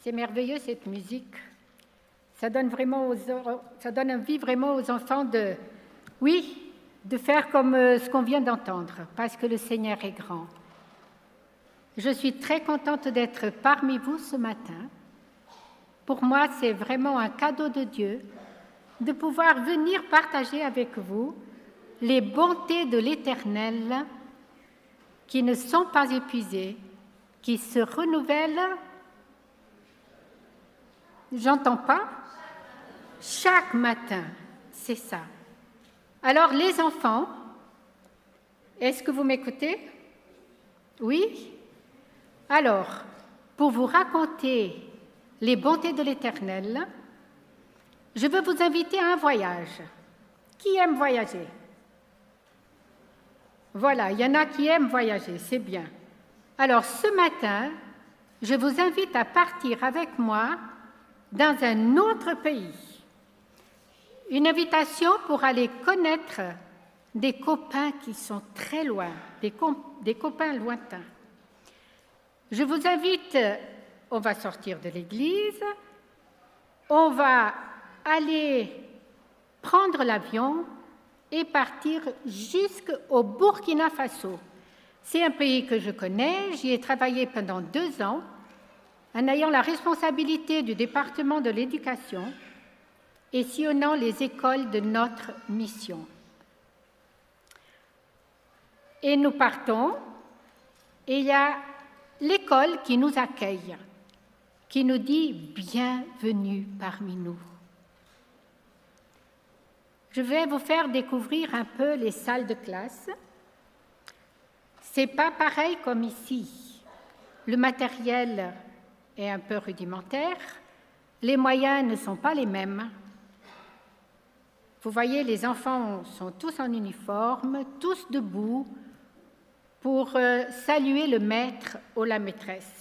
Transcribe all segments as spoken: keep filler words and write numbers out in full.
C'est merveilleux cette musique. Ça donne, vraiment aux, ça donne envie vraiment aux enfants de, oui, de faire comme ce qu'on vient d'entendre, parce que le Seigneur est grand. Je suis très contente d'être parmi vous ce matin. Pour moi, c'est vraiment un cadeau de Dieu de pouvoir venir partager avec vous les bontés de l'Éternel qui ne sont pas épuisées, qui se renouvellent. J'entends pas? Chaque matin, c'est ça. Alors, les enfants, est-ce que vous m'écoutez? Oui? Alors, pour vous raconter les bontés de l'Éternel, je veux vous inviter à un voyage. Qui aime voyager? Voilà, il y en a qui aiment voyager, c'est bien. Alors, ce matin, je vous invite à partir avec moi dans un autre pays. Une invitation pour aller connaître des copains qui sont très loin, des, des copains lointains. Je vous invite, on va sortir de l'église, on va aller prendre l'avion et partir jusqu'au Burkina Faso. C'est un pays que je connais, j'y ai travaillé pendant deux ans en ayant la responsabilité du département de l'éducation et sillonnant les écoles de notre mission. Et nous partons, et il y a l'école qui nous accueille, qui nous dit « Bienvenue parmi nous ». Je vais vous faire découvrir un peu les salles de classe. Ce n'est pas pareil comme ici. Le matériel est un peu rudimentaire, les moyens ne sont pas les mêmes. Vous voyez, les enfants sont tous en uniforme, tous debout, pour euh, saluer le maître ou la maîtresse.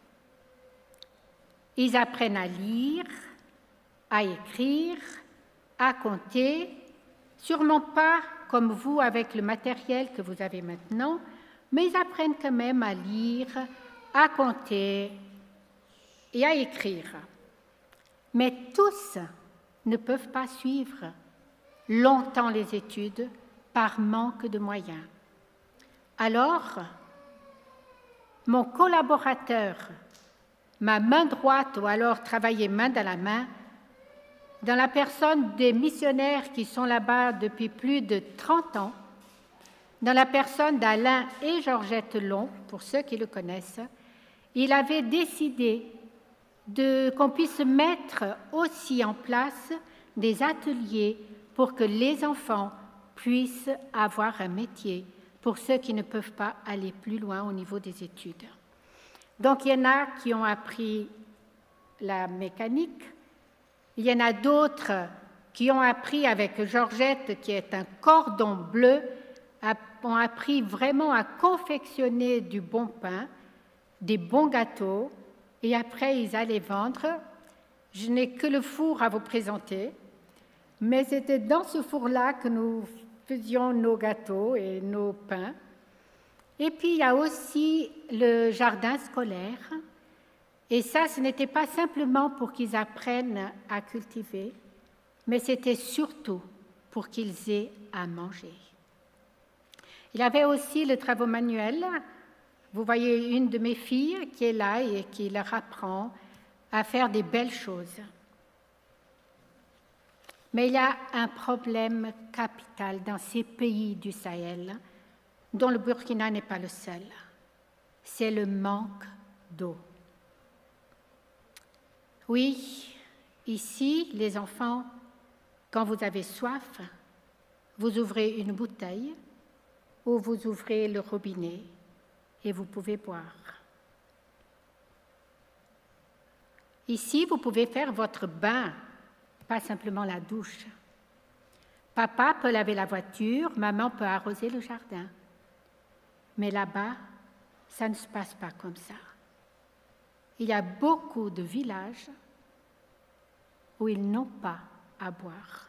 Ils apprennent à lire, à écrire, à compter, sûrement pas comme vous avec le matériel que vous avez maintenant, mais ils apprennent quand même à lire, à compter et à écrire. Mais tous ne peuvent pas suivre longtemps les études par manque de moyens. Alors, mon collaborateur, ma main droite, ou alors travailler main dans la main, dans la personne des missionnaires qui sont là-bas depuis plus de trente ans, dans la personne d'Alain et Georgette Long, pour ceux qui le connaissent, il avait décidé de, qu'on puisse mettre aussi en place des ateliers pour que les enfants puissent avoir un métier, pour ceux qui ne peuvent pas aller plus loin au niveau des études. Donc, il y en a qui ont appris la mécanique, il y en a d'autres qui ont appris avec Georgette, qui est un cordon bleu, ont appris vraiment à confectionner du bon pain, des bons gâteaux, et après ils allaient vendre. Je n'ai que le four à vous présenter, mais c'était dans ce four-là que nous faisions nos gâteaux et nos pains. Et puis il y a aussi le jardin scolaire, et ça, ce n'était pas simplement pour qu'ils apprennent à cultiver, mais c'était surtout pour qu'ils aient à manger. Il y avait aussi le travail manuel. Vous voyez une de mes filles qui est là et qui leur apprend à faire des belles choses. Mais il y a un problème capital dans ces pays du Sahel, dont le Burkina n'est pas le seul. C'est le manque d'eau. Oui, ici, les enfants, quand vous avez soif, vous ouvrez une bouteille ou vous ouvrez le robinet et vous pouvez boire. Ici, vous pouvez faire votre bain, pas simplement la douche. Papa peut laver la voiture, maman peut arroser le jardin. Mais là-bas, ça ne se passe pas comme ça. Il y a beaucoup de villages où ils n'ont pas à boire.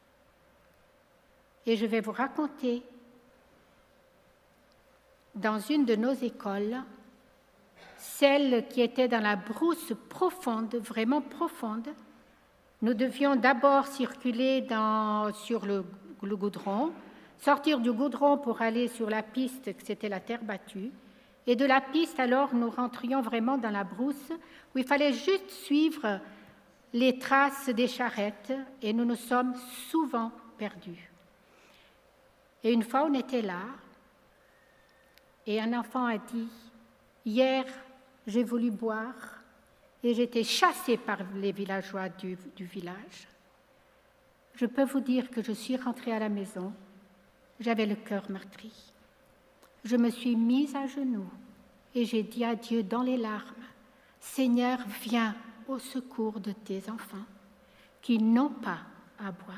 Et je vais vous raconter, dans une de nos écoles, celle qui était dans la brousse profonde, vraiment profonde. Nous devions d'abord circuler dans, sur le, le goudron, sortir du goudron pour aller sur la piste, que c'était la terre battue. Et de la piste, alors, nous rentrions vraiment dans la brousse, où il fallait juste suivre les traces des charrettes, et nous nous sommes souvent perdus. Et une fois, on était là, et un enfant a dit, « Hier, j'ai voulu boire, et j'ai été chassé par les villageois du, du village. Je peux vous dire que je suis rentrée à la maison, j'avais le cœur meurtri. Je me suis mise à genoux et j'ai dit à Dieu dans les larmes, « Seigneur, viens au secours de tes enfants qui n'ont pas à boire. »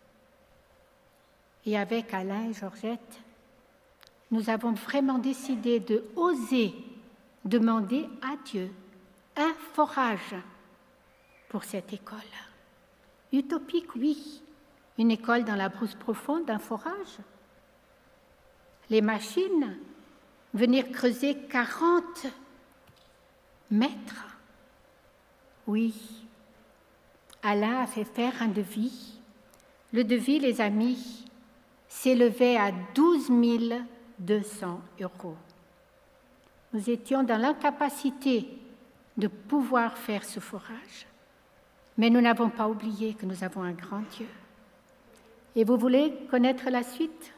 Et avec Alain et Georgette, nous avons vraiment décidé de oser demander à Dieu un forage pour cette école. Utopique, oui. Une école dans la brousse profonde, un forage. Les machines, venir creuser quarante mètres. Oui. Alain a fait faire un devis. Le devis, les amis, s'élevait à douze mille deux cents euros. Nous étions dans l'incapacité de pouvoir faire ce forage. Mais nous n'avons pas oublié que nous avons un grand Dieu. Et vous voulez connaître la suite?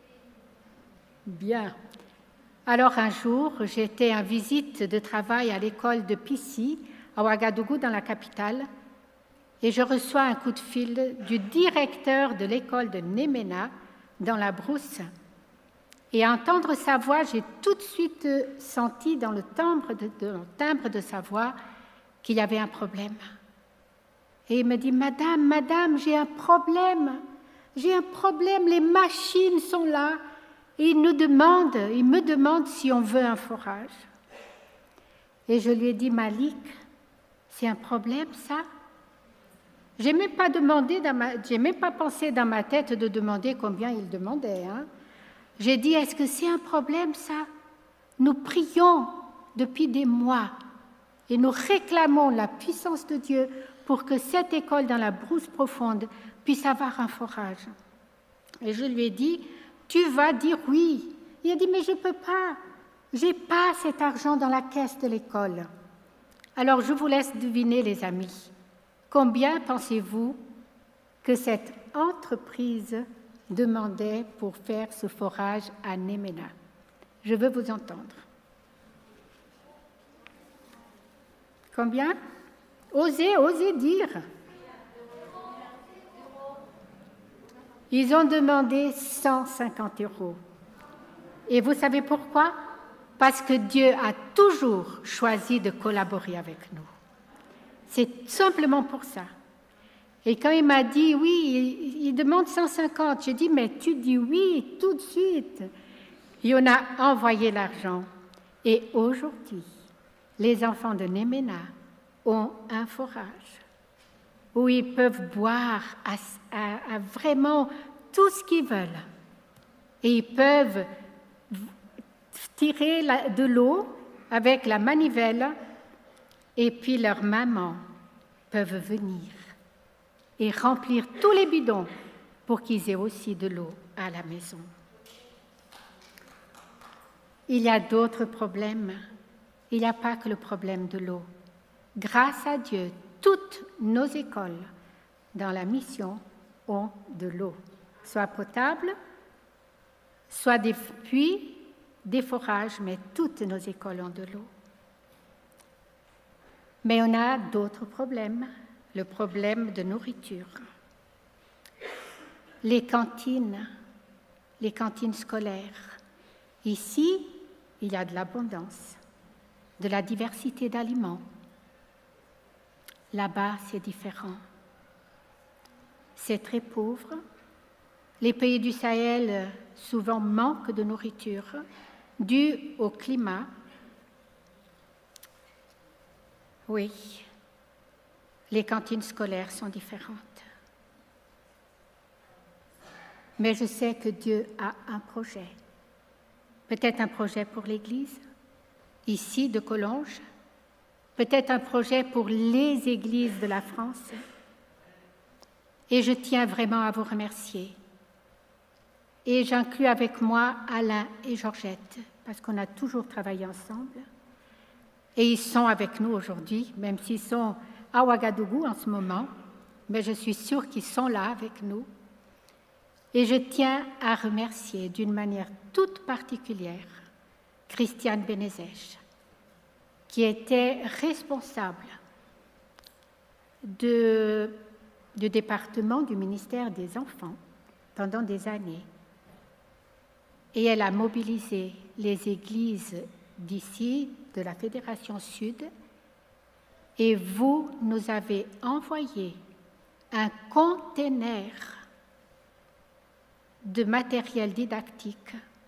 Bien. Alors un jour, j'étais en visite de travail à l'école de Pissy, à Ouagadougou, dans la capitale, et je reçois un coup de fil du directeur de l'école de Néména, dans la brousse. Et à entendre sa voix, j'ai tout de suite senti dans le timbre de, de, le timbre de sa voix qu'il y avait un problème. Et il me dit, « Madame, madame, j'ai un problème, j'ai un problème, les machines sont là. » Et il nous demande, il me demande si on veut un forage. Et je lui ai dit, « Malik, c'est un problème ça ?» Je n'ai même pas demandé, dans ma, j'ai même pas pensé dans ma tête de demander combien il demandait. Hein. J'ai dit, est-ce que c'est un problème ça? Nous prions depuis des mois et nous réclamons la puissance de Dieu pour que cette école dans la brousse profonde puisse avoir un forage. Et je lui ai dit, tu vas dire oui. Il a dit, mais je ne peux pas. Je n'ai pas cet argent dans la caisse de l'école. Alors je vous laisse deviner, les amis. Combien pensez-vous que cette entreprise demandait pour faire ce forage à Néména? Je veux vous entendre. Combien? Osez, osez dire. Ils ont demandé cent cinquante euros. Et vous savez pourquoi? Parce que Dieu a toujours choisi de collaborer avec nous. C'est simplement pour ça. Et quand il m'a dit, oui, il, il demande cent cinquante, j'ai dit, mais tu dis oui tout de suite. Et on a envoyé l'argent. Et aujourd'hui, les enfants de Néména ont un forage où ils peuvent boire à, à, à vraiment tout ce qu'ils veulent. Et ils peuvent tirer la, de l'eau avec la manivelle et puis leurs mamans peuvent venir et remplir tous les bidons pour qu'ils aient aussi de l'eau à la maison. Il y a d'autres problèmes. Il n'y a pas que le problème de l'eau. Grâce à Dieu, toutes nos écoles dans la mission ont de l'eau, soit potable, soit des puits, des forages, mais toutes nos écoles ont de l'eau. Mais on a d'autres problèmes, le problème de nourriture. Les cantines, les cantines scolaires. Ici, il y a de l'abondance, de la diversité d'aliments. Là-bas, c'est différent. C'est très pauvre. Les pays du Sahel souvent manquent de nourriture dû au climat. Oui, les cantines scolaires sont différentes. Mais je sais que Dieu a un projet. Peut-être un projet pour l'Église, ici de Collonges, peut-être un projet pour les églises de la France. Et je tiens vraiment à vous remercier. Et j'inclus avec moi Alain et Georgette, parce qu'on a toujours travaillé ensemble. Et ils sont avec nous aujourd'hui, même s'ils sont à Ouagadougou en ce moment, mais je suis sûre qu'ils sont là avec nous. Et je tiens à remercier d'une manière toute particulière Christiane Benezèche, qui était responsable de, du département du ministère des Enfants pendant des années. Et elle a mobilisé les églises d'ici, de la Fédération Sud, et vous nous avez envoyé un conteneur de matériel didactique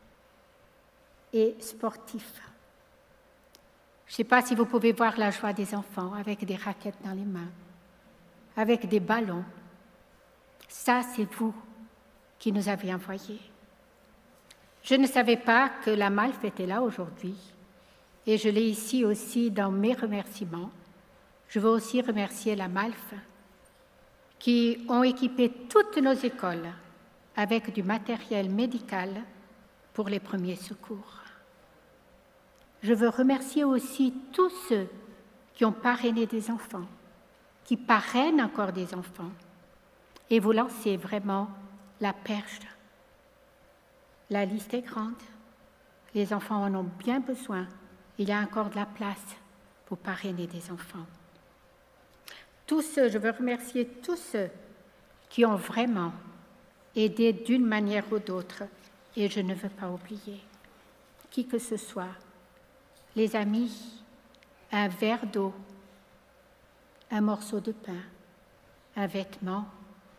et sportif. Je ne sais pas si vous pouvez voir la joie des enfants avec des raquettes dans les mains, avec des ballons. Ça, c'est vous qui nous avez envoyés. Je ne savais pas que la Malf était là aujourd'hui et je l'ai ici aussi dans mes remerciements. Je veux aussi remercier la Malf qui ont équipé toutes nos écoles avec du matériel médical pour les premiers secours. Je veux remercier aussi tous ceux qui ont parrainé des enfants, qui parrainent encore des enfants, et vous lancez vraiment la perche. La liste est grande, les enfants en ont bien besoin, il y a encore de la place pour parrainer des enfants. Tous ceux, je veux remercier tous ceux qui ont vraiment aidé d'une manière ou d'autre, et je ne veux pas oublier qui que ce soit, les amis, un verre d'eau, un morceau de pain, un vêtement,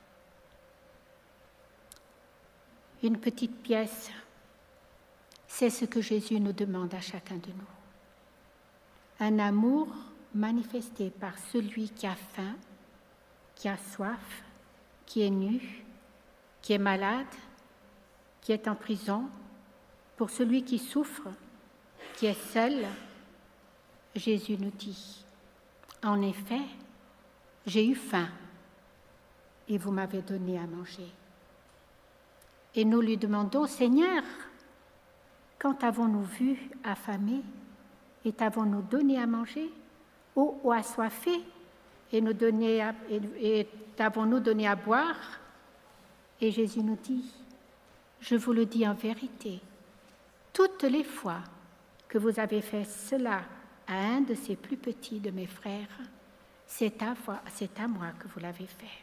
une petite pièce, c'est ce que Jésus nous demande à chacun de nous. Un amour manifesté par celui qui a faim, qui a soif, qui est nu, qui est malade, qui est en prison, pour celui qui souffre, qui est seul. Jésus nous dit, en effet, j'ai eu faim et vous m'avez donné à manger. Et nous lui demandons, Seigneur, quand avons-nous vu affamé et t'avons-nous donné à manger, ou, ou assoiffé et, nous donné à, et, et t'avons-nous donné à boire? Et Jésus nous dit, je vous le dis en vérité, toutes les fois que vous avez fait cela à un de ces plus petits de mes frères, c'est à, c'est à moi que vous l'avez fait.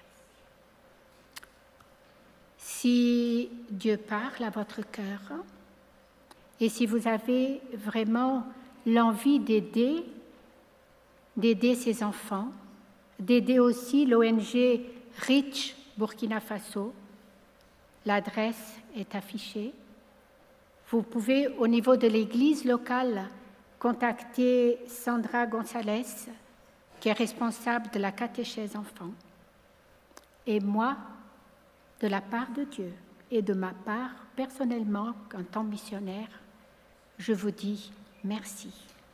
Si Dieu parle à votre cœur, et si vous avez vraiment l'envie d'aider, d'aider ces enfants, d'aider aussi l'O N G Reach Burkina Faso, l'adresse est affichée. Vous pouvez, au niveau de l'église locale, contacter Sandra Gonzalez, qui est responsable de la catéchèse enfants. Et moi, de la part de Dieu et de ma part, personnellement, en tant que missionnaire, je vous dis merci.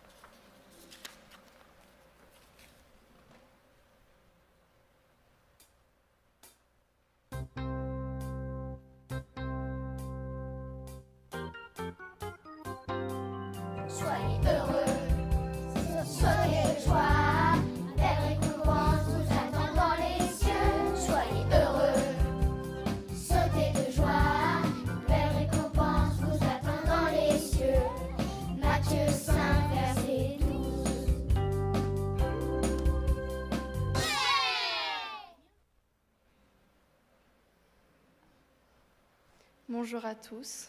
Soyez heureux, soyez joie, belle récompense vous attend dans les cieux. Soyez heureux, sautez de joie, belle récompense vous attend dans les cieux. Matthieu cinq, verset douze. Bonjour à tous.